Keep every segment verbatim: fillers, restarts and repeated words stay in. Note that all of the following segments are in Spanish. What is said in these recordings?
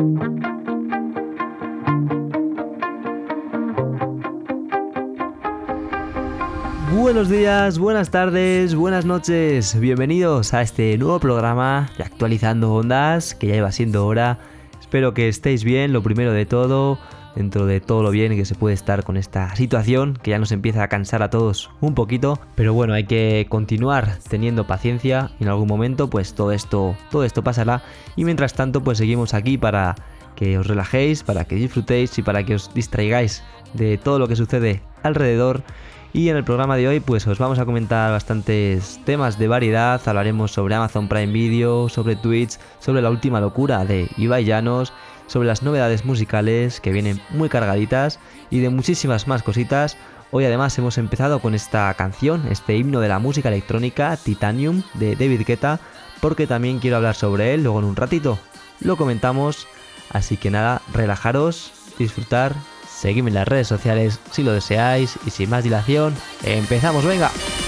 Buenos días, buenas tardes, buenas noches, bienvenidos a este nuevo programa de Actualizando Ondas, que ya iba siendo hora. Espero que estéis bien, lo primero de todo, dentro de todo lo bien que se puede estar con esta situación, que ya nos empieza a cansar a todos un poquito, pero bueno, hay que continuar teniendo paciencia y en algún momento pues todo esto, todo esto pasará y mientras tanto pues seguimos aquí para que os relajéis, para que disfrutéis y para que os distraigáis de todo lo que sucede alrededor. Y en el programa de hoy pues os vamos a comentar bastantes temas de variedad, hablaremos sobre Amazon Prime Video, sobre Twitch, sobre la última locura de Ibai Llanos, sobre las novedades musicales que vienen muy cargaditas y de muchísimas más cositas. Hoy además hemos empezado con esta canción, este himno de la música electrónica, Titanium, de David Guetta, porque también quiero hablar sobre él, luego en un ratito lo comentamos, así que nada, relajaros, disfrutar. Seguidme en las redes sociales si lo deseáis y sin más dilación, ¡empezamos, venga!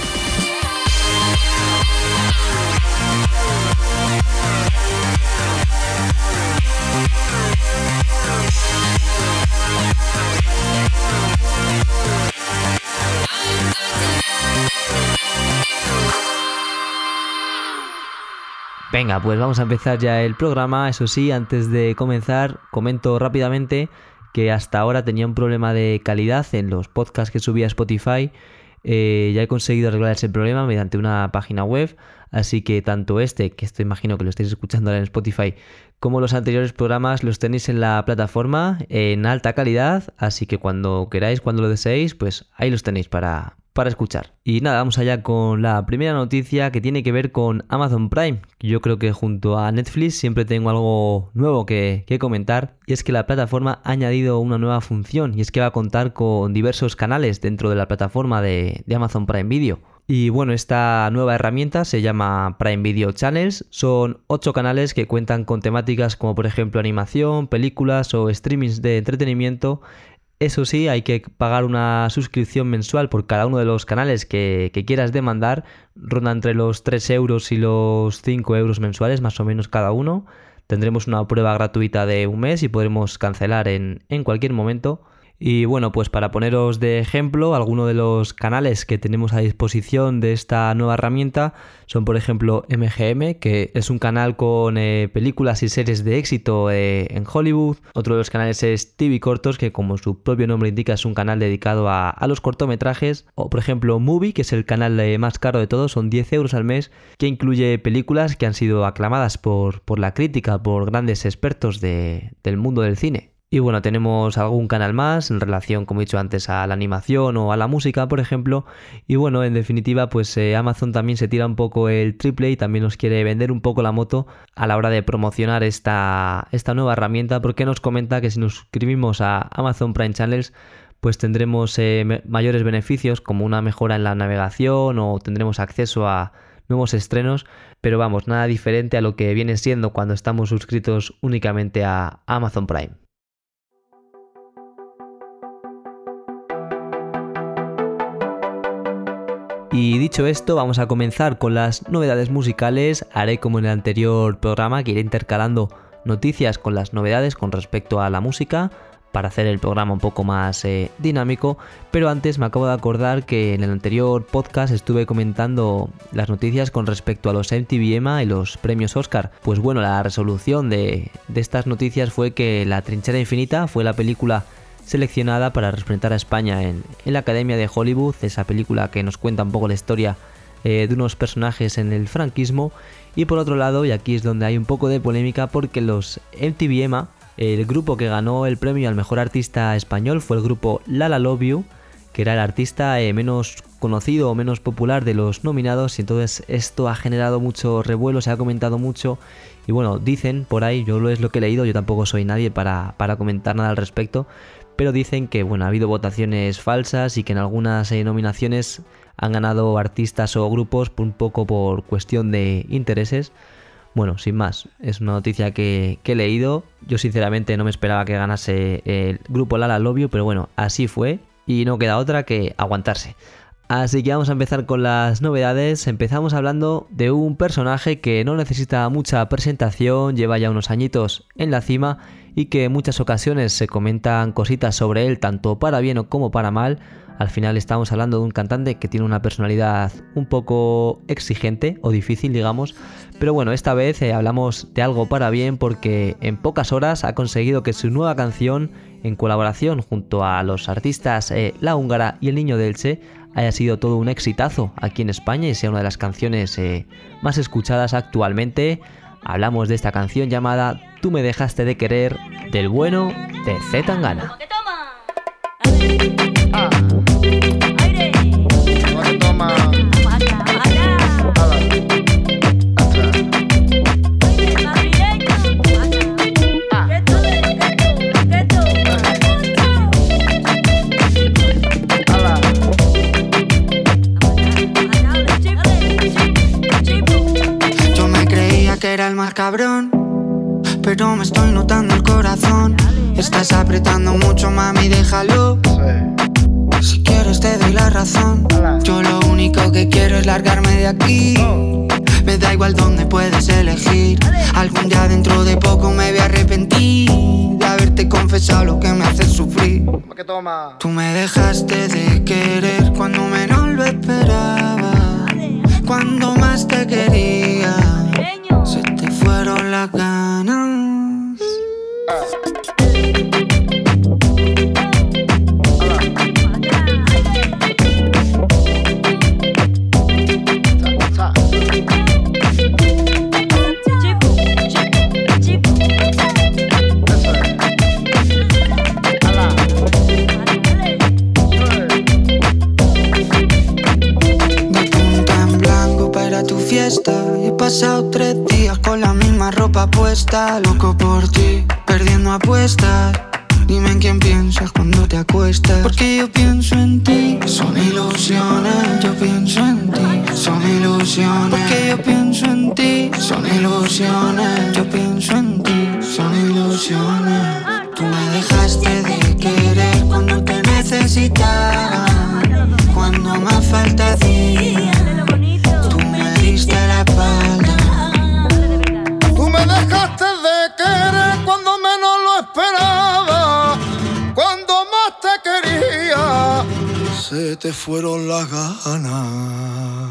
Venga, pues vamos a empezar ya el programa. Eso sí, antes de comenzar, comento rápidamente que hasta ahora tenía un problema de calidad en los podcasts que subía a Spotify. Eh, ya he conseguido arreglar ese problema mediante una página web, así que tanto este, que esto imagino que lo estáis escuchando ahora en Spotify, como los anteriores programas los tenéis en la plataforma en alta calidad, así que cuando queráis, cuando lo deseéis, pues ahí los tenéis para, para escuchar. Y nada, vamos allá con la primera noticia que tiene que ver con Amazon Prime. Yo creo que junto a Netflix siempre tengo algo nuevo que, que comentar, y es que la plataforma ha añadido una nueva función, y es que va a contar con diversos canales dentro de la plataforma de, de Amazon Prime Video. Y bueno, esta nueva herramienta se llama Prime Video Channels. Son ocho canales que cuentan con temáticas como por ejemplo animación, películas o streamings de entretenimiento. Eso sí, hay que pagar una suscripción mensual por cada uno de los canales que, que quieras demandar. Ronda entre los tres euros y los cinco euros mensuales, más o menos cada uno. Tendremos una prueba gratuita de un mes y podremos cancelar en, en cualquier momento. Y bueno, pues para poneros de ejemplo, algunos de los canales que tenemos a disposición de esta nueva herramienta son por ejemplo M G M, que es un canal con eh, películas y series de éxito eh, en Hollywood. Otro de los canales es T V Cortos, que como su propio nombre indica es un canal dedicado a, a los cortometrajes. O por ejemplo Movie, que es el canal eh, más caro de todos, son diez euros al mes, que incluye películas que han sido aclamadas por, por la crítica, por grandes expertos de, del mundo del cine. Y bueno, tenemos algún canal más en relación, como he dicho antes, a la animación o a la música, por ejemplo. Y bueno, en definitiva, pues eh, Amazon también se tira un poco el triple y también nos quiere vender un poco la moto a la hora de promocionar esta, esta nueva herramienta, porque nos comenta que si nos suscribimos a Amazon Prime Channels, pues tendremos eh, mayores beneficios como una mejora en la navegación o tendremos acceso a nuevos estrenos, pero vamos, nada diferente a lo que viene siendo cuando estamos suscritos únicamente a Amazon Prime. Y dicho esto, vamos a comenzar con las novedades musicales. Haré como en el anterior programa, que iré intercalando noticias con las novedades con respecto a la música para hacer el programa un poco más eh, dinámico. Pero antes me acabo de acordar que en el anterior podcast estuve comentando las noticias con respecto a los M T V EMA y los premios Oscar. Pues bueno, la resolución de, de estas noticias fue que La Trinchera Infinita fue la película seleccionada para representar a España en, en la Academia de Hollywood, esa película que nos cuenta un poco la historia eh, de unos personajes en el franquismo. Y por otro lado, y aquí es donde hay un poco de polémica, porque los M T V EMA, el grupo que ganó el premio al mejor artista español fue el grupo La La Love You, que era el artista eh, menos conocido o menos popular de los nominados, y entonces esto ha generado mucho revuelo, se ha comentado mucho. Y bueno, dicen por ahí, yo lo es lo que he leído, yo tampoco soy nadie para, para comentar nada al respecto, pero dicen que bueno, ha habido votaciones falsas y que en algunas eh, nominaciones han ganado artistas o grupos un poco por cuestión de intereses. Bueno, sin más, es una noticia que, que he leído. Yo sinceramente no me esperaba que ganase el grupo La La Love You, pero bueno, así fue y no queda otra que aguantarse. Así que vamos a empezar con las novedades. Empezamos hablando de un personaje que no necesita mucha presentación, lleva ya unos añitos en la cima y que en muchas ocasiones se comentan cositas sobre él, tanto para bien como para mal. Al final estamos hablando de un cantante que tiene una personalidad un poco exigente o difícil, digamos. Pero bueno, esta vez eh, hablamos de algo para bien porque en pocas horas ha conseguido que su nueva canción, en colaboración junto a los artistas eh, La Húngara y El Niño de Elche, haya sido todo un exitazo aquí en España y sea una de las canciones eh, más escuchadas actualmente. Hablamos de esta canción llamada Tú me dejaste de querer, del bueno de C. Tangana. Ah. Aire. Toma. Yo me creía que era el más cabrón, pero me estoy notando el corazón. Estás apretando mucho, mami, déjalo. Si quieres te doy la razón. Yo lo único que quiero es largarme de aquí. Me da igual dónde puedes elegir. Algún día dentro de poco me voy a arrepentir de haberte confesado lo que me hace sufrir. Tú me dejaste de querer cuando menos lo esperaba, cuando más te quería. Se te fueron las ganas. He pasado tres días con la misma ropa puesta, loco por ti, perdiendo apuestas. Dime en quién piensas cuando te acuestas, porque yo pienso en ti. Son ilusiones, yo pienso en ti. Son ilusiones, porque yo pienso en ti. Son ilusiones, yo pienso en ti. Son ilusiones. Tú me dejaste de querer cuando te necesitaba, cuando más falta hacía. La espalda. Tú me dejaste de querer cuando menos lo esperaba, cuando más te quería. Se te fueron las ganas.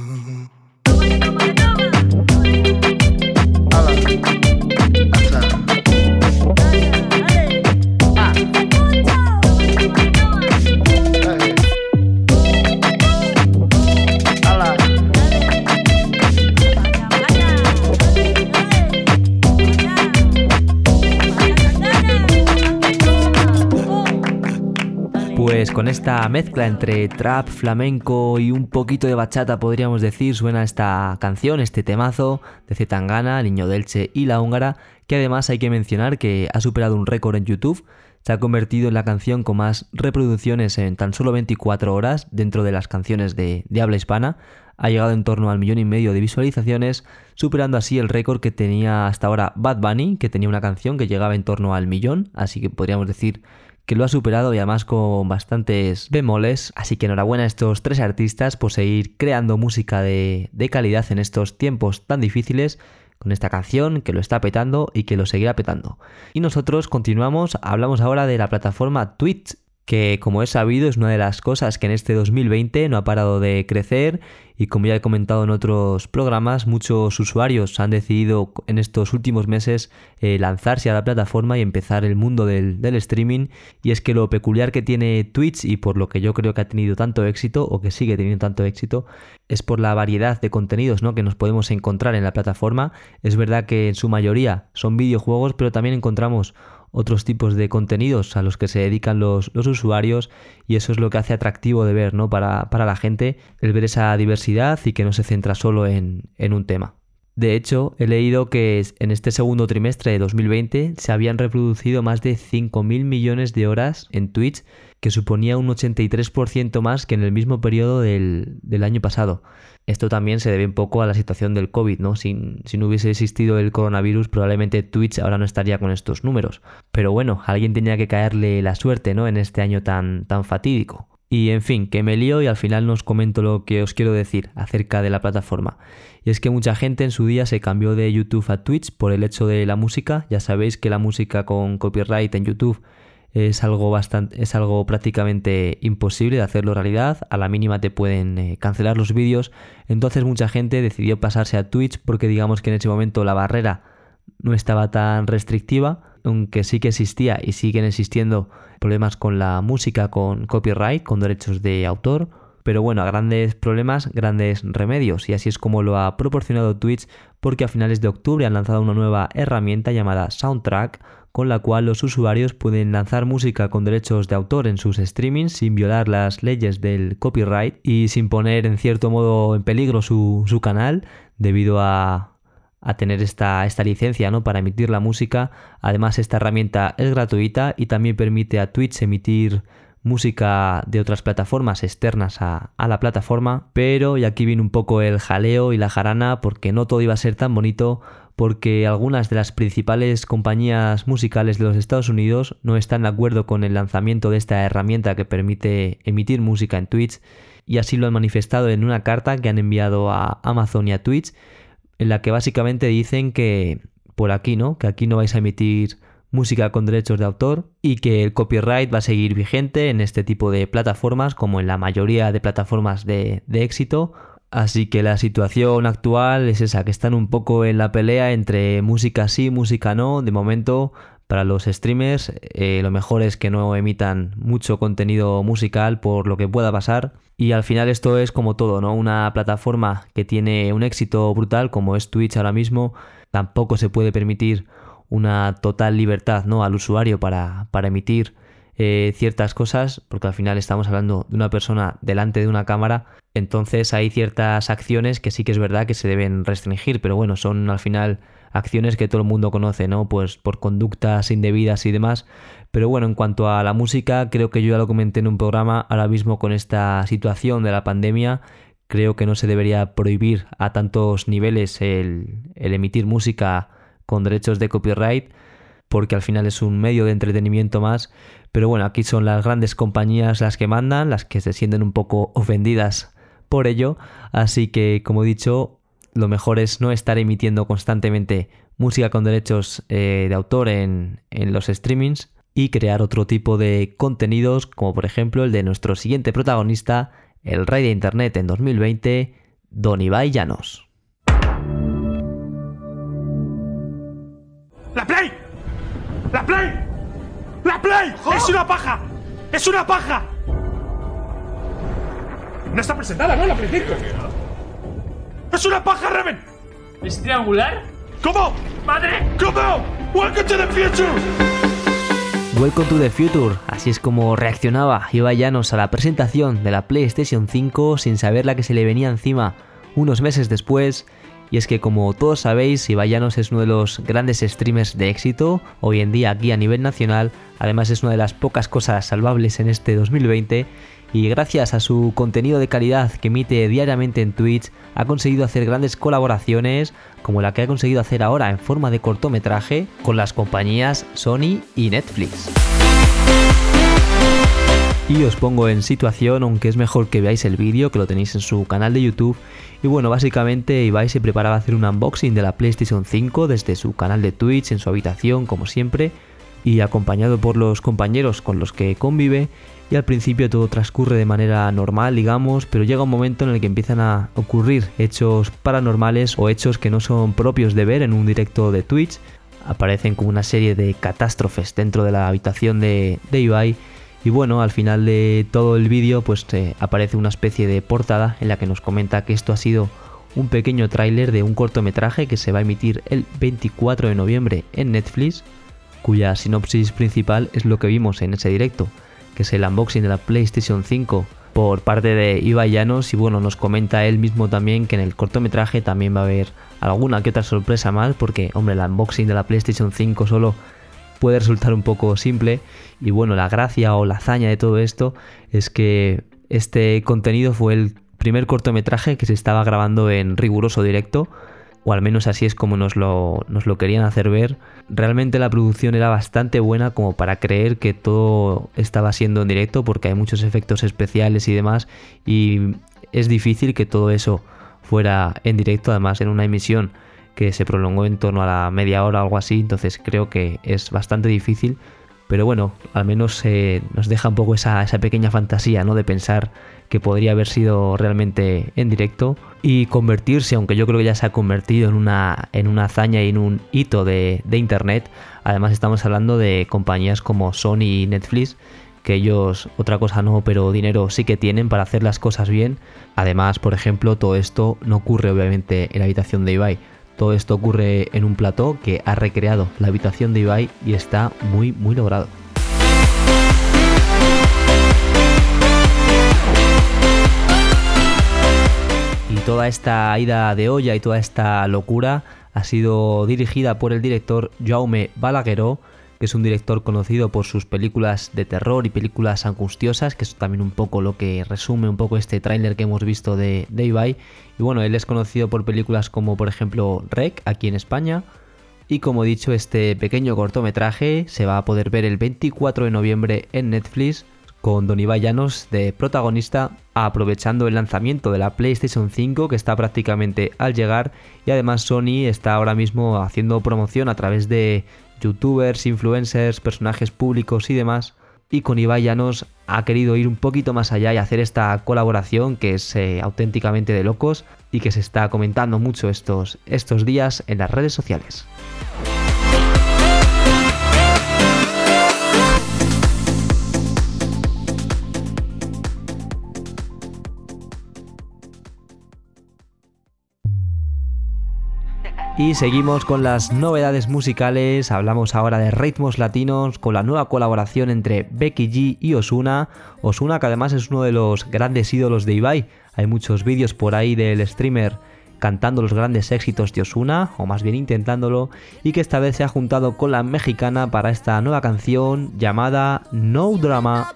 Pues con esta mezcla entre trap, flamenco y un poquito de bachata, podríamos decir, suena esta canción, este temazo de C. Tangana, El Niño de Elche y La Húngara, que además hay que mencionar que ha superado un récord en YouTube. Se ha convertido en la canción con más reproducciones en tan solo veinticuatro horas dentro de las canciones de, de habla hispana. Ha llegado en torno al millón y medio de visualizaciones, superando así el récord que tenía hasta ahora Bad Bunny, que tenía una canción que llegaba en torno al millón, así que podríamos decir que lo ha superado y además con bastantes bemoles. Así que enhorabuena a estos tres artistas por seguir creando música de, de calidad en estos tiempos tan difíciles, con esta canción que lo está petando y que lo seguirá petando. Y nosotros continuamos, hablamos ahora de la plataforma Twitch, que como es sabido es una de las cosas que en este dos mil veinte no ha parado de crecer y como ya he comentado en otros programas, muchos usuarios han decidido en estos últimos meses eh, lanzarse a la plataforma y empezar el mundo del, del streaming. Y es que lo peculiar que tiene Twitch y por lo que yo creo que ha tenido tanto éxito o que sigue teniendo tanto éxito es por la variedad de contenidos, ¿no?, que nos podemos encontrar en la plataforma. Es verdad que en su mayoría son videojuegos, pero también encontramos otros tipos de contenidos a los que se dedican los, los usuarios y eso es lo que hace atractivo de ver, ¿no?, para, para la gente, el ver esa diversidad y que no se centra solo en, en un tema. De hecho, he leído que en este segundo trimestre de dos mil veinte se habían reproducido más de cinco mil millones de horas en Twitch, que suponía un ochenta y tres por ciento más que en el mismo periodo del, del año pasado. Esto también se debe un poco a la situación del COVID, ¿no? Si, si no hubiese existido el coronavirus, probablemente Twitch ahora no estaría con estos números. Pero bueno, a alguien tenía que caerle la suerte, ¿no?, en este año tan, tan fatídico. Y en fin, que me lío y al final no os comento lo que os quiero decir acerca de la plataforma. Y es que mucha gente en su día se cambió de YouTube a Twitch por el hecho de la música. Ya sabéis que la música con copyright en YouTube es algo bastante, es algo prácticamente imposible de hacerlo realidad. A la mínima te pueden eh, cancelar los vídeos. Entonces mucha gente decidió pasarse a Twitch porque digamos que en ese momento la barrera no estaba tan restrictiva, aunque sí que existía y siguen existiendo problemas con la música, con copyright, con derechos de autor. Pero bueno, a grandes problemas, grandes remedios, y así es como lo ha proporcionado Twitch, porque a finales de octubre han lanzado una nueva herramienta llamada Soundtrack, con la cual los usuarios pueden lanzar música con derechos de autor en sus streamings sin violar las leyes del copyright y sin poner en cierto modo en peligro su, su canal debido a, a tener esta, esta licencia, ¿no?, para emitir la música. Además, esta herramienta es gratuita y también permite a Twitch emitir música de otras plataformas externas a, a la plataforma, pero, y aquí viene un poco el jaleo y la jarana, porque no todo iba a ser tan bonito, porque algunas de las principales compañías musicales de los Estados Unidos no están de acuerdo con el lanzamiento de esta herramienta que permite emitir música en Twitch, y así lo han manifestado en una carta que han enviado a Amazon y a Twitch, en la que básicamente dicen que por aquí, ¿no?, que aquí no vais a emitir música con derechos de autor y que el copyright va a seguir vigente en este tipo de plataformas como en la mayoría de plataformas de, de éxito. Así que la situación actual es esa, que están un poco en la pelea entre música sí, música no. De momento, para los streamers, eh, lo mejor es que no emitan mucho contenido musical por lo que pueda pasar. Y al final esto es como todo, ¿no? Una plataforma que tiene un éxito brutal como es Twitch ahora mismo, tampoco se puede permitir una total libertad, ¿no?, al usuario para, para emitir eh, ciertas cosas, porque al final estamos hablando de una persona delante de una cámara. Entonces hay ciertas acciones que sí que es verdad que se deben restringir, pero bueno, son al final acciones que todo el mundo conoce, ¿no?, pues por conductas indebidas y demás. Pero bueno, en cuanto a la música, creo que yo ya lo comenté en un programa, ahora mismo con esta situación de la pandemia, creo que no se debería prohibir a tantos niveles el, el emitir música con derechos de copyright, porque al final es un medio de entretenimiento más. Pero bueno, aquí son las grandes compañías las que mandan, las que se sienten un poco ofendidas por ello, así que, como he dicho, lo mejor es no estar emitiendo constantemente música con derechos eh, de autor en, en los streamings y crear otro tipo de contenidos, como por ejemplo el de nuestro siguiente protagonista, el rey de internet en dos mil veinte, Don Ibai Llanos. ¡La Play! ¡La Play! ¡La Play! ¡Oh! ¡Es una paja! ¡Es una paja! No está presentada, ¿no? La Play cinco. ¡Es una paja, Raven! ¿Es triangular? ¿Cómo? ¡Madre! ¿Cómo? ¡Welcome to the future! Welcome to the future. Así es como reaccionaba Ibai Llanos a la presentación de la PlayStation cinco sin saber la que se le venía encima unos meses después. Y es que, como todos sabéis, Ibai Llanos es uno de los grandes streamers de éxito hoy en día aquí a nivel nacional. Además es una de las pocas cosas salvables en este dos mil veinte y gracias a su contenido de calidad que emite diariamente en Twitch ha conseguido hacer grandes colaboraciones como la que ha conseguido hacer ahora en forma de cortometraje con las compañías Sony y Netflix. Y os pongo en situación, aunque es mejor que veáis el vídeo, que lo tenéis en su canal de YouTube. Y bueno, básicamente Ibai se preparaba a hacer un unboxing de la PlayStation cinco desde su canal de Twitch, en su habitación, como siempre, y acompañado por los compañeros con los que convive. Y al principio todo transcurre de manera normal, digamos, pero llega un momento en el que empiezan a ocurrir hechos paranormales o hechos que no son propios de ver en un directo de Twitch. Aparecen como una serie de catástrofes dentro de la habitación de, de Ibai. Y bueno, al final de todo el vídeo pues eh, aparece una especie de portada en la que nos comenta que esto ha sido un pequeño tráiler de un cortometraje que se va a emitir el veinticuatro de noviembre en Netflix, cuya sinopsis principal es lo que vimos en ese directo, que es el unboxing de la PlayStation cinco por parte de Ibai Llanos. Y bueno, nos comenta él mismo también que en el cortometraje también va a haber alguna que otra sorpresa más, porque hombre, el unboxing de la PlayStation cinco solo puede resultar un poco simple. Y bueno, la gracia o la hazaña de todo esto es que este contenido fue el primer cortometraje que se estaba grabando en riguroso directo. o al menos así es como nos lo, nos lo querían hacer ver. Realmente la producción era bastante buena como para creer que todo estaba siendo en directo, porque hay muchos efectos especiales y demás, y es difícil que todo eso fuera en directo, además en una emisión que se prolongó en torno a la media hora o algo así, entonces creo que es bastante difícil. Pero bueno, al menos eh, nos deja un poco esa, esa pequeña fantasía, ¿no?, de pensar que podría haber sido realmente en directo y convertirse, aunque yo creo que ya se ha convertido en una, en una hazaña y en un hito de, de internet. Además estamos hablando de compañías como Sony y Netflix, que ellos otra cosa no, pero dinero sí que tienen para hacer las cosas bien. Además, por ejemplo, todo esto no ocurre obviamente en la habitación de Ibai. Todo esto ocurre en un plató que ha recreado la habitación de Ibai y está muy, muy logrado. Y toda esta ida de olla y toda esta locura ha sido dirigida por el director Jaume Balagueró, que es un director conocido por sus películas de terror y películas angustiosas, que es también un poco lo que resume un poco este tráiler que hemos visto de, de Ibai. Y bueno, él es conocido por películas como por ejemplo Rec, aquí en España. Y como he dicho, este pequeño cortometraje se va a poder ver el veinticuatro de noviembre en Netflix, con Don Ibai Llanos de protagonista, aprovechando el lanzamiento de la PlayStation cinco, que está prácticamente al llegar. Y además Sony está ahora mismo haciendo promoción a través de youtubers, influencers, personajes públicos y demás, y con Ibai Llanos ha querido ir un poquito más allá y hacer esta colaboración que es eh, auténticamente de locos y que se está comentando mucho estos, estos días en las redes sociales. Y seguimos con las novedades musicales. Hablamos ahora de ritmos latinos con la nueva colaboración entre Becky G y Ozuna. Ozuna, que además es uno de los grandes ídolos de Ibai. Hay muchos vídeos por ahí del streamer cantando los grandes éxitos de Ozuna, o más bien intentándolo, y que esta vez se ha juntado con la mexicana para esta nueva canción llamada No Drama.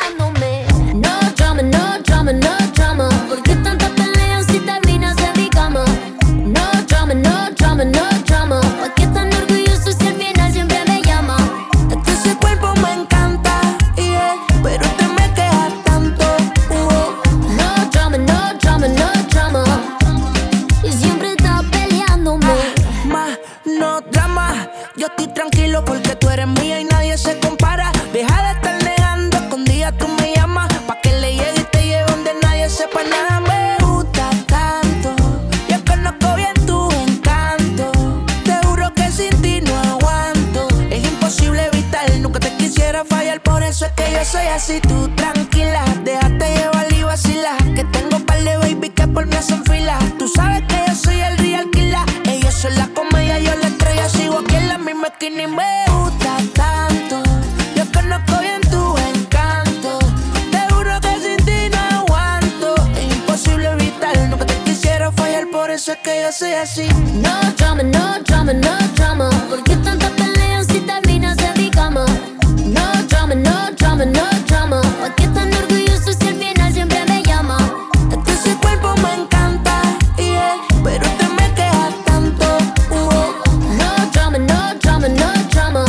No drama, no drama, no drama. ¿Por qué tanta pelea si terminas en mi cama? No drama, no drama, no drama. ¿Por qué tan orgulloso si al final siempre me llama? Es que ese cuerpo me encanta, yeah, pero te me quejas tanto. Uh-oh. No drama, no drama, no drama. Y siempre estás peleándome. Más, no drama. Yo estoy tranquilo porque tú eres mía y nadie se compara. Deja de estar negando, escondida tú me llamas. Pa' que le llegue y te lleve donde nadie sepa nada. Me gusta tanto, yo conozco bien tu encanto. Te juro que sin ti no aguanto. Es imposible evitar, nunca te quisiera fallar. Por eso es que yo soy así, tú tranquila. Déjate llevar y vacila, que tengo par de baby que por mí hacen fila. Tú sabes que yo soy el real killer. Ellos son la comedia, yo la estrella. Sigo aquí en la misma esquina y me gusta tanto. Yo conozco bien tu encanto. Te juro que sin ti no aguanto. Es imposible evitar, nunca te quisiera fallar. Por eso es que yo soy así. No drama, no drama, no drama. ¿Por qué tanta pelea si terminas en mi cama? No drama, no drama, no drama. ¿Por qué tan orgulloso si al final siempre me llama? Es que ese cuerpo me encanta, yeah, pero te me quejas tanto. Uh-oh. No drama, no drama, no drama.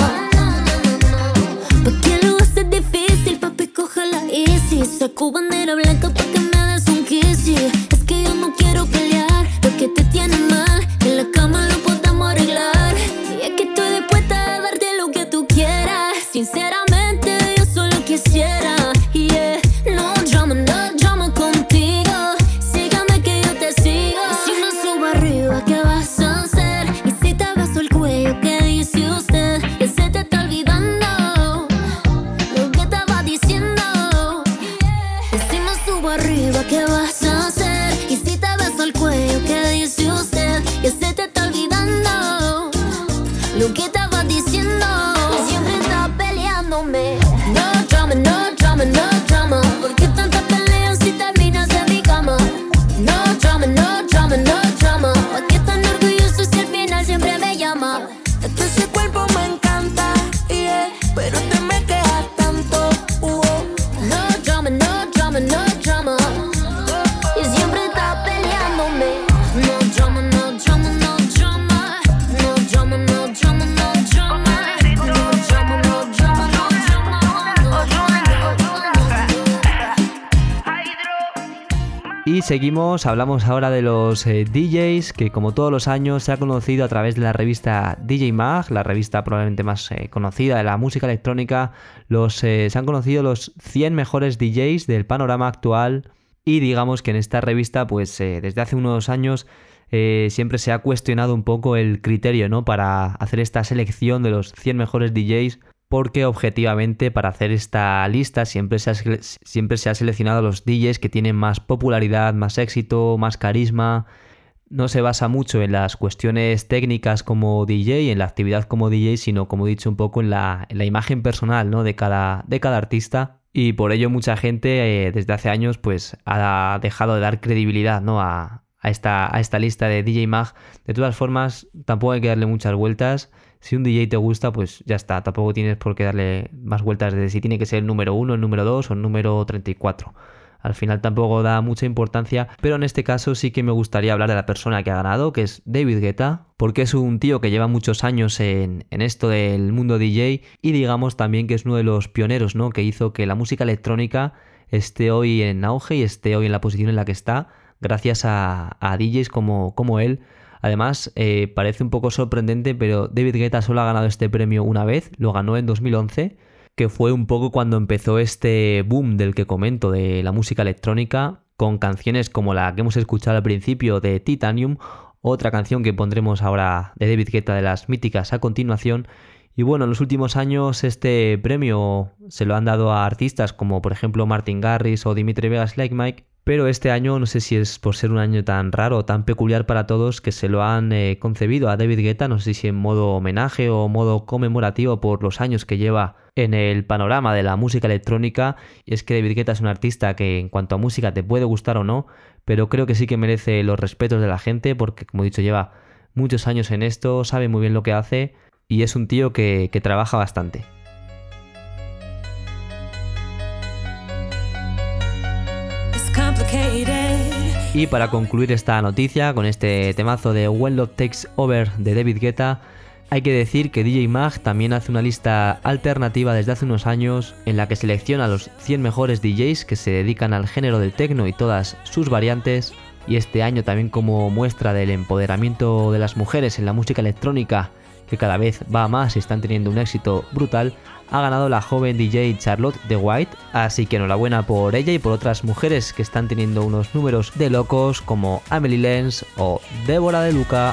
¿Por qué lo haces difícil, papi? Cógela easy. Saco bandera blanca pa' que me des un kiss, yeah. Es que yo no quiero pelear, lo que te tiene mal en la cama lo podemos arreglar. Y es que estoy dispuesta a darte lo que seguimos, hablamos ahora de los eh, D Js, que como todos los años se ha conocido a través de la revista D J Mag, la revista probablemente más eh, conocida de la música electrónica. Los, eh, se han conocido los cien mejores D Js del panorama actual, y digamos que en esta revista pues eh, desde hace unos años eh, siempre se ha cuestionado un poco el criterio, ¿no?, para hacer esta selección de los cien mejores D Js, porque objetivamente para hacer esta lista siempre se ha, siempre se ha seleccionado los D Js que tienen más popularidad, más éxito, más carisma. No se basa mucho en las cuestiones técnicas como D J, en la actividad como D J, sino, como he dicho, un poco en la, en la imagen personal, ¿no?, de cada, de cada artista. Y por ello mucha gente eh, desde hace años pues ha dejado de dar credibilidad, ¿no?, a, a, esta, a esta lista de D J Mag. De todas formas, tampoco hay que darle muchas vueltas. Si un D J te gusta, pues ya está. Tampoco tienes por qué darle más vueltas de si tiene que ser el número uno, el número dos o el número treinta y cuatro. Al final tampoco da mucha importancia, pero en este caso sí que me gustaría hablar de la persona que ha ganado, que es David Guetta, porque es un tío que lleva muchos años en, en esto del mundo D J, y digamos también que es uno de los pioneros, ¿no?, que hizo que la música electrónica esté hoy en auge y esté hoy en la posición en la que está, gracias a, a D Js como, como él. Además, eh, parece un poco sorprendente, pero David Guetta solo ha ganado este premio una vez, lo ganó en dos mil once, que fue un poco cuando empezó este boom del que comento de la música electrónica, con canciones como la que hemos escuchado al principio de Titanium, otra canción que pondremos ahora de David Guetta de las míticas a continuación. Y bueno, en los últimos años este premio se lo han dado a artistas como por ejemplo Martin Garrix o Dimitri Vegas Like Mike, pero este año no sé si es por ser un año tan raro, tan peculiar para todos, que se lo han eh, concebido a David Guetta, no sé si en modo homenaje o modo conmemorativo por los años que lleva en el panorama de la música electrónica. Y es que David Guetta es un artista que en cuanto a música te puede gustar o no, pero creo que sí que merece los respetos de la gente porque, como he dicho, lleva muchos años en esto, sabe muy bien lo que hace y es un tío que, que trabaja bastante. Y para concluir esta noticia con este temazo de When Love Takes Over de David Guetta, hay que decir que D J Mag también hace una lista alternativa desde hace unos años en la que selecciona los cien mejores D Js que se dedican al género del techno y todas sus variantes, y este año también como muestra del empoderamiento de las mujeres en la música electrónica, que cada vez va más y están teniendo un éxito brutal, ha ganado la joven D J Charlotte de White, así que enhorabuena por ella y por otras mujeres que están teniendo unos números de locos como Amelie Lenz o Débora de Luca.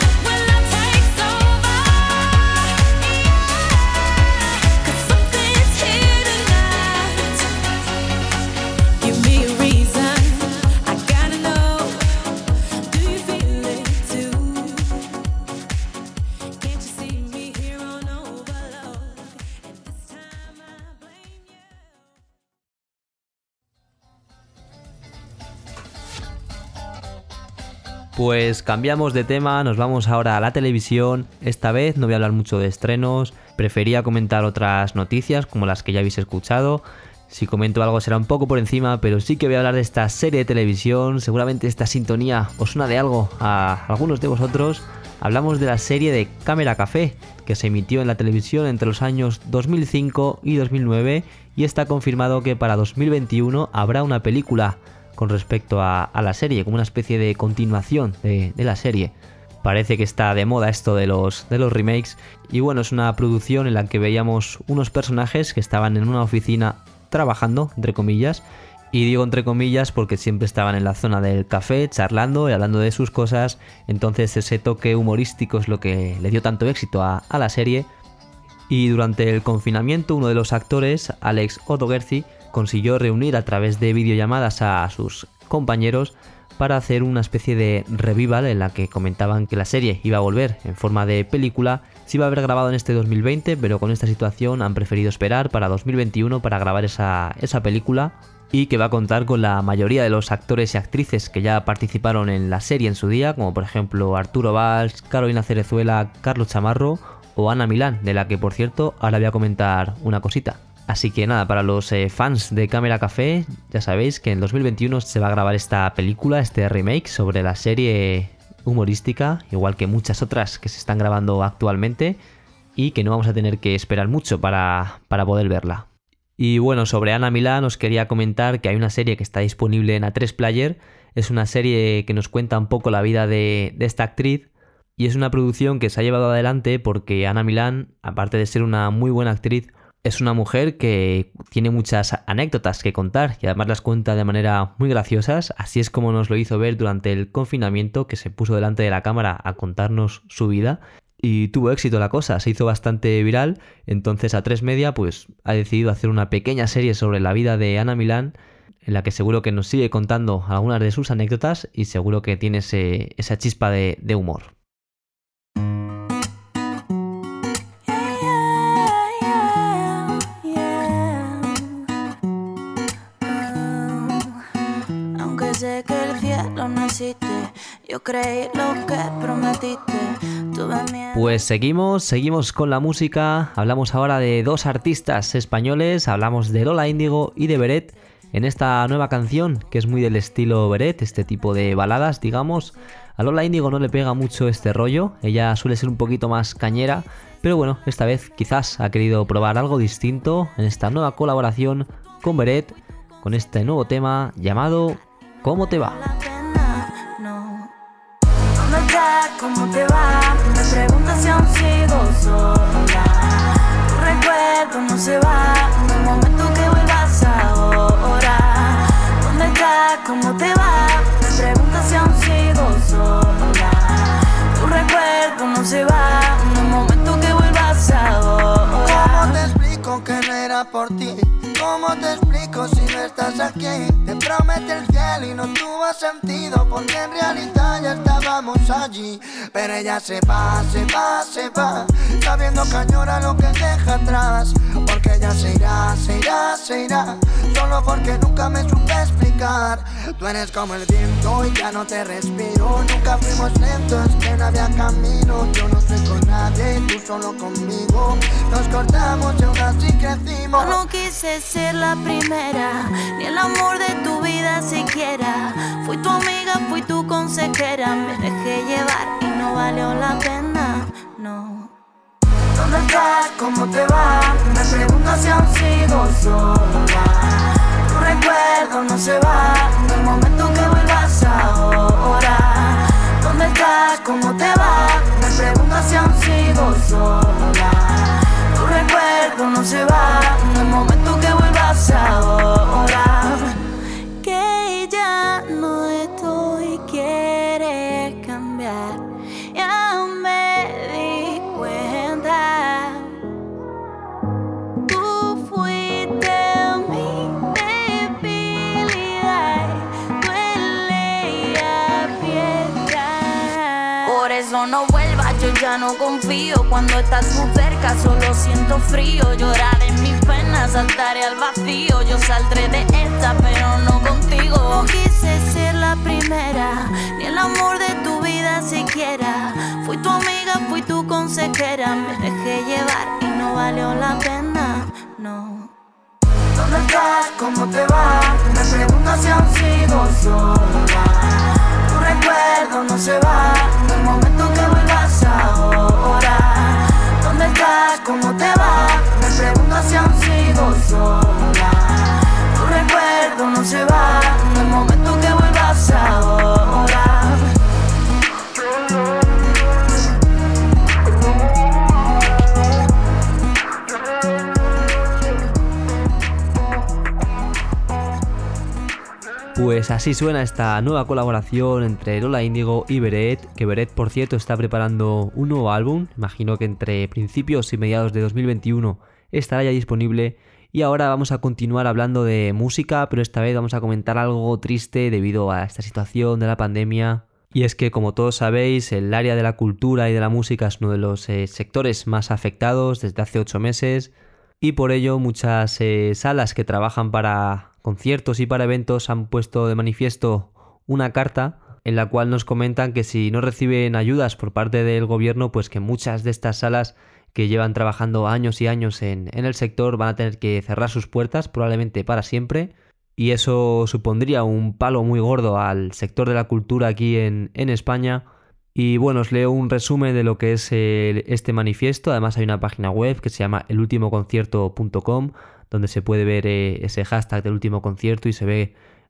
Pues cambiamos de tema, nos vamos ahora a la televisión. Esta vez no voy a hablar mucho de estrenos, prefería comentar otras noticias como las que ya habéis escuchado. Si comento algo será un poco por encima, pero sí que voy a hablar de esta serie de televisión. Seguramente esta sintonía os suena de algo a algunos de vosotros. Hablamos de la serie de Cámara Café, que se emitió en la televisión entre los años dos mil cinco y dos mil nueve, y está confirmado que para dos mil veintiuno habrá una película con respecto a, a la serie, como una especie de continuación de, de la serie. Parece que está de moda esto de los, de los remakes, y bueno, es una producción en la que veíamos unos personajes que estaban en una oficina trabajando, entre comillas, y digo entre comillas porque siempre estaban en la zona del café charlando y hablando de sus cosas. Entonces ese toque humorístico es lo que le dio tanto éxito a, a la serie. Y durante el confinamiento uno de los actores, Alex Odogerzi, consiguió reunir a través de videollamadas a sus compañeros para hacer una especie de revival en la que comentaban que la serie iba a volver en forma de película. Se iba a haber grabado en este dos mil veinte, pero con esta situación han preferido esperar para dos mil veintiuno para grabar esa, esa película, y que va a contar con la mayoría de los actores y actrices que ya participaron en la serie en su día, como por ejemplo Arturo Valls, Carolina Cerezuela, Carlos Chamarro o Ana Milán, de la que por cierto ahora voy a comentar una cosita. Así que nada, para los eh, fans de Cámara Café, ya sabéis que en dos mil veintiuno se va a grabar esta película, este remake sobre la serie humorística, igual que muchas otras que se están grabando actualmente y que no vamos a tener que esperar mucho para, para poder verla. Y bueno, sobre Ana Milán os quería comentar que hay una serie que está disponible en A tres Player Es una serie que nos cuenta un poco la vida de, de esta actriz y es una producción que se ha llevado adelante porque Ana Milán, aparte de ser una muy buena actriz, es una mujer que tiene muchas anécdotas que contar y además las cuenta de manera muy graciosas. Así es como nos lo hizo ver durante el confinamiento, que se puso delante de la cámara a contarnos su vida. Y tuvo éxito la cosa, se hizo bastante viral. Entonces A tres Media pues ha decidido hacer una pequeña serie sobre la vida de Ana Milán, en la que seguro que nos sigue contando algunas de sus anécdotas y seguro que tiene ese, esa chispa de, de humor. Aunque sé que el cielo no existe, yo creí lo que prometiste. Pues seguimos, seguimos con la música. Hablamos ahora de dos artistas españoles, hablamos de Lola Índigo y de Beret en esta nueva canción que es muy del estilo Beret, este tipo de baladas, digamos. A Lola Índigo no le pega mucho este rollo, ella suele ser un poquito más cañera, pero bueno, esta vez quizás ha querido probar algo distinto en esta nueva colaboración con Beret, con este nuevo tema llamado ¿Cómo te va? ¿Cómo te va? Me preguntas si aún sigo sola. Tu recuerdo no se va. En el momento que vuelvas ahora. ¿Dónde estás? ¿Cómo te va? Me preguntas si aún sigo sola. Tu recuerdo no se va. En el momento que vuelvas ahora. ¿Cómo te explico que no era por ti? ¿Cómo te explico si no estás aquí? Te prometí el cielo y no tuvo sentido, porque en realidad ya estábamos allí. Pero ella se va, se va, se va, sabiendo que añora lo que deja atrás. Porque ella se irá, se irá, se irá, solo porque nunca me supe explicar. Tú eres como el viento y ya no te respiro. Nunca fuimos lentos, que no había camino. Yo no estoy con nadie y tú solo conmigo. Nos cortamos y aún así crecimos. Yo no quise ser la primera, ni el amor de tu vida siquiera. Fui tu amiga, fui tu consejera. Me dejé llevar y no valió la pena, no. ¿Dónde estás? ¿Cómo te va? Me preguntas si aún sigo sola. Tu recuerdo no se va. En el momento que vuelvas ahora. ¿Dónde estás? ¿Cómo te va? Me preguntas si aún sigo sola. Tu recuerdo no se va. En el momento que vuelvas ahora. Que ya no estoy, quieres cambiar. Ya me di cuenta. Tú fuiste mi debilidad. Duele y aprieta. Por eso no vuelvas, yo ya no confío. Cuando estás tú cerca solo siento frío. Llorar en mis penas, saltaré al vacío. Yo saldré de esta pero no contigo. No quise ser la primera, ni el amor de tu vida siquiera. Fui tu amiga, fui tu consejera. Me dejé llevar y no valió la pena, no. ¿Dónde estás? ¿Cómo te va? Me preguntas si aún sigo sola. Tu recuerdo no se va. En el momento que vuelvas ahora. ¿Dónde estás? ¿Cómo te va? Me preguntas si aún sigo sola. Tu recuerdo no se va. En el momento que vuelvas ahora. Pues así suena esta nueva colaboración entre Lola Índigo y Beret, que Beret, por cierto, está preparando un nuevo álbum. Imagino que entre principios y mediados de dos mil veintiuno estará ya disponible. Y ahora vamos a continuar hablando de música, pero esta vez vamos a comentar algo triste debido a esta situación de la pandemia. Y es que, como todos sabéis, el área de la cultura y de la música es uno de los eh, sectores más afectados desde hace ocho meses. Y por ello muchas eh, salas que trabajan para conciertos y para eventos han puesto de manifiesto una carta en la cual nos comentan que si no reciben ayudas por parte del gobierno, pues que muchas de estas salas que llevan trabajando años y años en, en el sector van a tener que cerrar sus puertas, probablemente para siempre, y eso supondría un palo muy gordo al sector de la cultura aquí en, en España. Y bueno, os leo un resumen de lo que es el, este manifiesto. Además hay una página web que se llama el último concierto punto com, donde se puede ver eh, ese hashtag del último concierto y se ve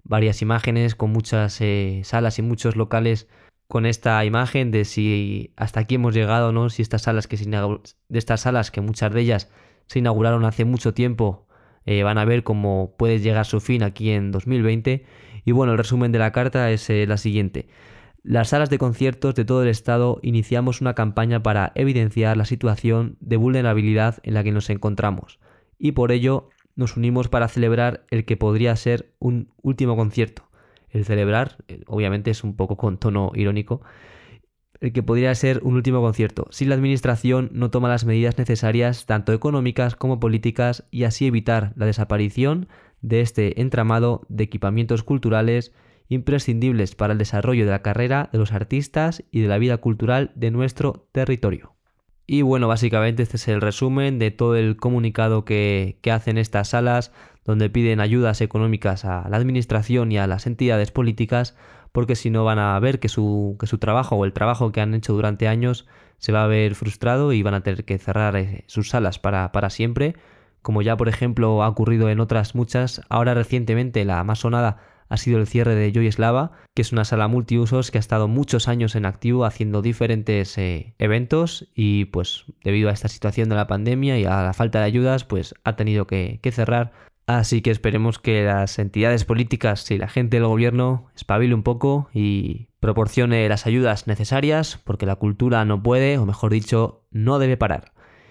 varias imágenes con muchas eh, salas y muchos locales con esta imagen de si hasta aquí hemos llegado, ¿no? Si estas salas que se inauguraron, de estas salas que muchas de ellas se inauguraron hace mucho tiempo, eh, van a ver cómo puede llegar su fin aquí en dos mil veinte. Y bueno, el resumen de la carta es eh, la siguiente. Las salas de conciertos de todo el estado iniciamos una campaña para evidenciar la situación de vulnerabilidad en la que nos encontramos y por ello nos unimos para celebrar el que podría ser un último concierto. El celebrar, obviamente es un poco con tono irónico, el que podría ser un último concierto, si la administración no toma las medidas necesarias, tanto económicas como políticas, y así evitar la desaparición de este entramado de equipamientos culturales imprescindibles para el desarrollo de la carrera de los artistas y de la vida cultural de nuestro territorio. Y bueno, básicamente este es el resumen de todo el comunicado que, que hacen estas salas, donde piden ayudas económicas a la administración y a las entidades políticas, porque si no van a ver que su, que su trabajo o el trabajo que han hecho durante años se va a ver frustrado y van a tener que cerrar eh, sus salas para, para siempre, como ya por ejemplo ha ocurrido en otras muchas. Ahora recientemente la más sonada ha sido el cierre de Joy Slava, que es una sala multiusos que ha estado muchos años en activo haciendo diferentes eh, eventos y pues debido a esta situación de la pandemia y a la falta de ayudas pues ha tenido que, que cerrar. Así que esperemos que las entidades políticas y la gente del gobierno espabile un poco y proporcione las ayudas necesarias, porque la cultura no puede, o mejor dicho, no debe parar.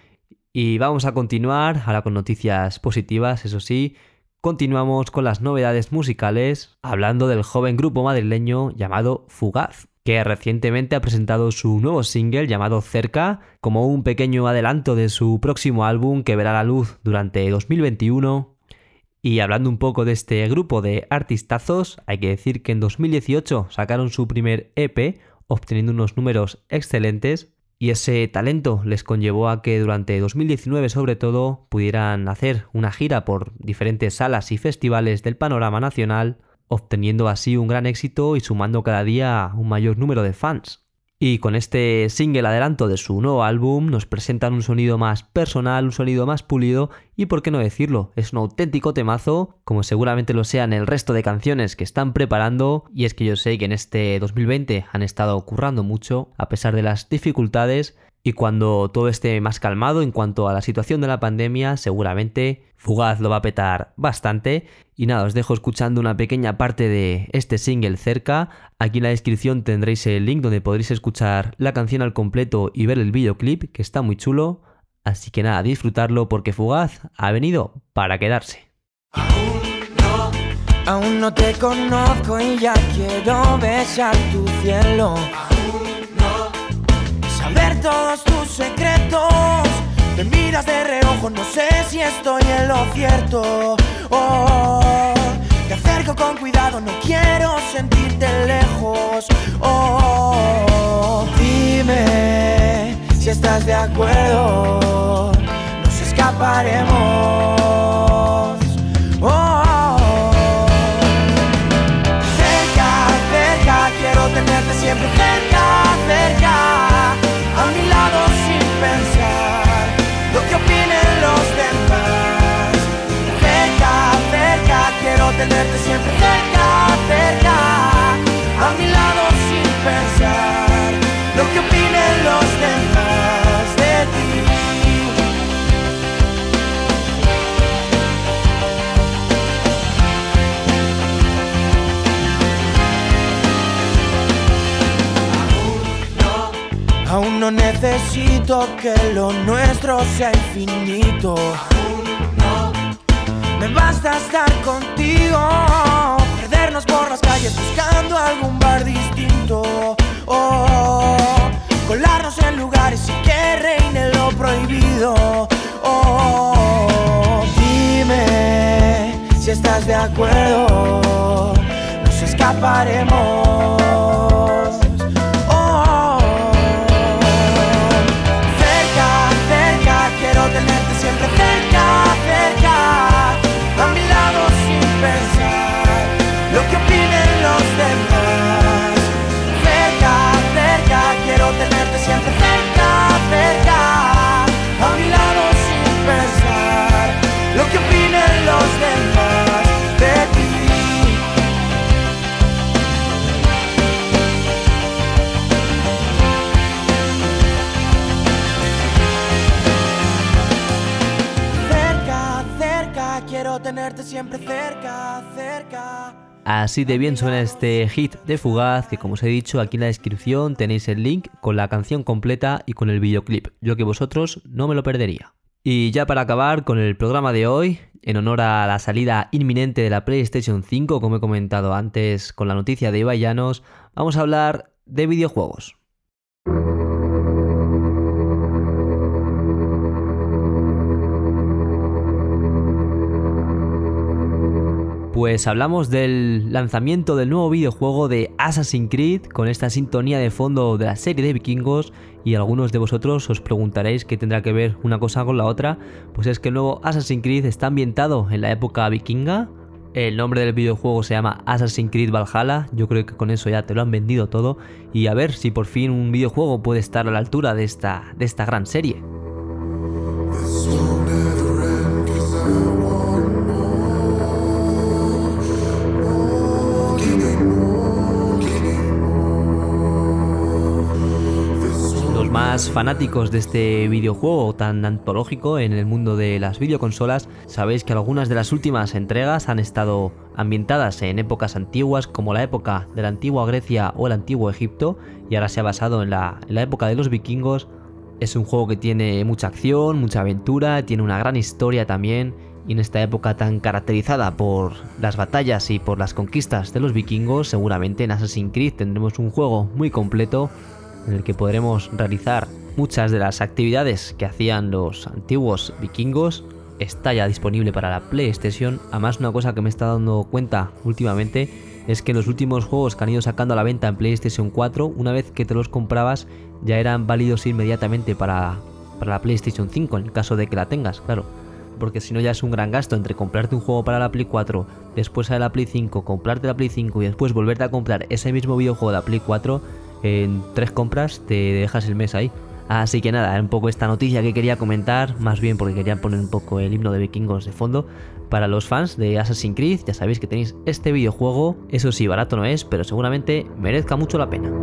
Y vamos a continuar ahora con noticias positivas, eso sí. Continuamos con las novedades musicales, hablando del joven grupo madrileño llamado Fugaz, que recientemente ha presentado su nuevo single llamado Cerca, como un pequeño adelanto de su próximo álbum que verá la luz durante dos mil veintiuno. Y hablando un poco de este grupo de artistazos, hay que decir que en dos mil dieciocho sacaron su primer E P, obteniendo unos números excelentes, y ese talento les conllevó a que durante dos mil diecinueve sobre todo pudieran hacer una gira por diferentes salas y festivales del panorama nacional, obteniendo así un gran éxito y sumando cada día un mayor número de fans. Y con este single adelanto de su nuevo álbum nos presentan un sonido más personal, un sonido más pulido y, por qué no decirlo, es un auténtico temazo, como seguramente lo sean el resto de canciones que están preparando. Y es que yo sé que en este dos mil veinte han estado currando mucho a pesar de las dificultades, y cuando todo esté más calmado en cuanto a la situación de la pandemia seguramente Fugaz lo va a petar bastante. Y nada, os dejo escuchando una pequeña parte de este single Cerca. Aquí en la descripción tendréis el link donde podréis escuchar la canción al completo y ver el videoclip, que está muy chulo. Así que nada, disfrutarlo porque Fugaz ha venido para quedarse. Aún no, aún no te conozco y ya quiero besar tu cielo. Aún no, saber todos tus secretos. Me miras de reojo, no sé si estoy en lo cierto. Oh, te acerco con cuidado, no quiero sentirte lejos. Oh, dime si estás de acuerdo, nos escaparemos. Oh, cerca, cerca, quiero tenerte siempre cerca, cerca, a mi lado sin pensar lo que opinen los demás. Cerca, cerca, quiero tenerte siempre cerca, cerca, a mi lado sin pensar lo que opinen los demás de ti. Aún no necesito que lo nuestro sea infinito. Aún no. Me basta estar contigo, perdernos por las calles buscando algún bar distinto. Oh, colarnos en lugares sin que reine lo prohibido. Oh, dime si estás de acuerdo, nos escaparemos. Tenerte siempre cerca, cerca, a mi lado sin pensar lo que opinen los demás. Cerca, cerca, quiero tenerte siempre cerca, cerca, a mi lado sin pensar lo que opinen los demás de ti. tenerte siempre cerca, cerca. Así de bien suena este hit de Fugaz, que como os he dicho, aquí en la descripción tenéis el link con la canción completa y con el videoclip. Yo que vosotros no me lo perdería. Y ya para acabar con el programa de hoy, en honor a la salida inminente de la PlayStation cinco, como he comentado antes con la noticia de Ibai Llanos, vamos a hablar de videojuegos. Pues hablamos del lanzamiento del nuevo videojuego de Assassin's Creed con esta sintonía de fondo de la serie de vikingos, y algunos de vosotros os preguntaréis qué tendrá que ver una cosa con la otra. Pues es que el nuevo Assassin's Creed está ambientado en la época vikinga. El nombre del videojuego se llama Assassin's Creed Valhalla. Yo creo que con eso ya te lo han vendido todo, y a ver si por fin un videojuego puede estar a la altura de esta, de esta gran serie. Más fanáticos de este videojuego tan antológico en el mundo de las videoconsolas, sabéis que algunas de las últimas entregas han estado ambientadas en épocas antiguas, como la época de la antigua Grecia o el antiguo Egipto, y ahora se ha basado en la, en la época de los vikingos. Es un juego que tiene mucha acción, mucha aventura, tiene una gran historia también, y en esta época tan caracterizada por las batallas y por las conquistas de los vikingos, seguramente en Assassin's Creed tendremos un juego muy completo en el que podremos realizar muchas de las actividades que hacían los antiguos vikingos. Está ya disponible para la PlayStation. Además, una cosa que me está dando cuenta últimamente es que los últimos juegos que han ido sacando a la venta en PlayStation cuatro, una vez que te los comprabas, ya eran válidos inmediatamente para, para la PlayStation cinco, en el caso de que la tengas, claro. Porque si no ya es un gran gasto entre comprarte un juego para la Play cuatro, después a la Play cinco, comprarte la Play cinco y después volverte a comprar ese mismo videojuego de la Play cuatro. En tres compras te dejas el mes ahí. Así que nada, un poco esta noticia que quería comentar, más bien porque quería poner un poco el himno de vikingos de fondo. Para los fans de Assassin's Creed, ya sabéis que tenéis este videojuego. Eso sí, barato no es, pero seguramente merezca mucho la pena.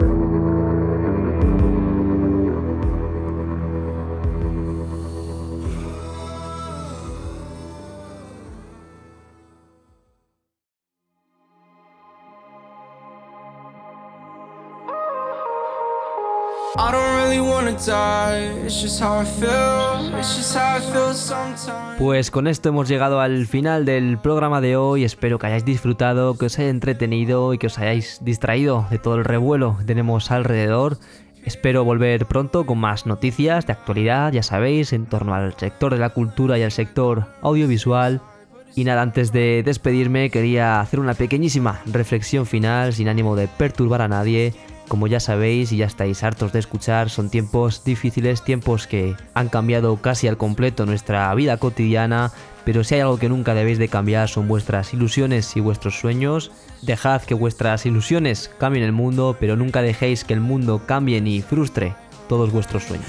Pues con esto hemos llegado al final del programa de hoy. Espero que hayáis disfrutado, que os haya entretenido y que os hayáis distraído de todo el revuelo que tenemos alrededor. Espero volver pronto con más noticias de actualidad, ya sabéis, en torno al sector de la cultura y al sector audiovisual. Y nada, antes de despedirme quería hacer una pequeñísima reflexión final sin ánimo de perturbar a nadie. Como ya sabéis y ya estáis hartos de escuchar, son tiempos difíciles, tiempos que han cambiado casi al completo nuestra vida cotidiana, pero si hay algo que nunca debéis de cambiar son vuestras ilusiones y vuestros sueños. Dejad que vuestras ilusiones cambien el mundo, pero nunca dejéis que el mundo cambie ni frustre todos vuestros sueños.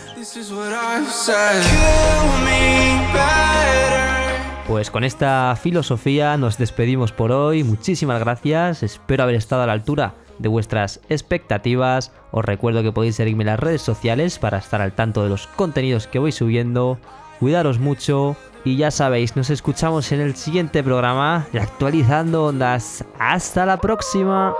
Pues con esta filosofía nos despedimos por hoy. Muchísimas gracias, espero haber estado a la altura de vuestras expectativas. Os recuerdo que podéis seguirme en las redes sociales para estar al tanto de los contenidos que voy subiendo. Cuidaros mucho y ya sabéis, nos escuchamos en el siguiente programa de Actualizando Ondas. ¡Hasta la próxima!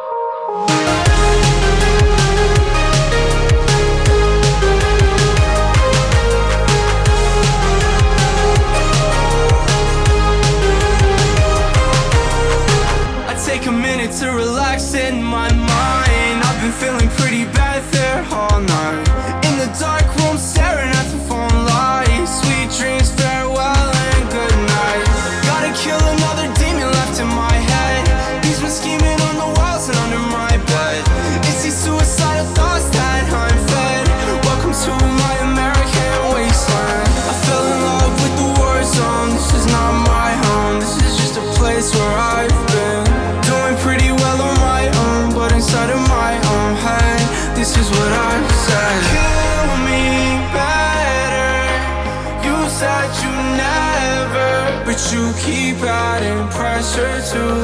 To relax in my mind, I've been feeling pretty bad there all night. In the dark room, staring at the phone lights. Sweet dreams, farewell and good night. Gotta kill another demon left in my head. He's been scheming on the walls and under my bed. It's these suicidal thoughts that I'm fed. Welcome to my American wasteland. I fell in love with the war zone. This is not my home. This is just a place where I've been. Pretty well on my own, but inside of my own head, this is what I said. Kill me better. You said you never, but you keep adding pressure to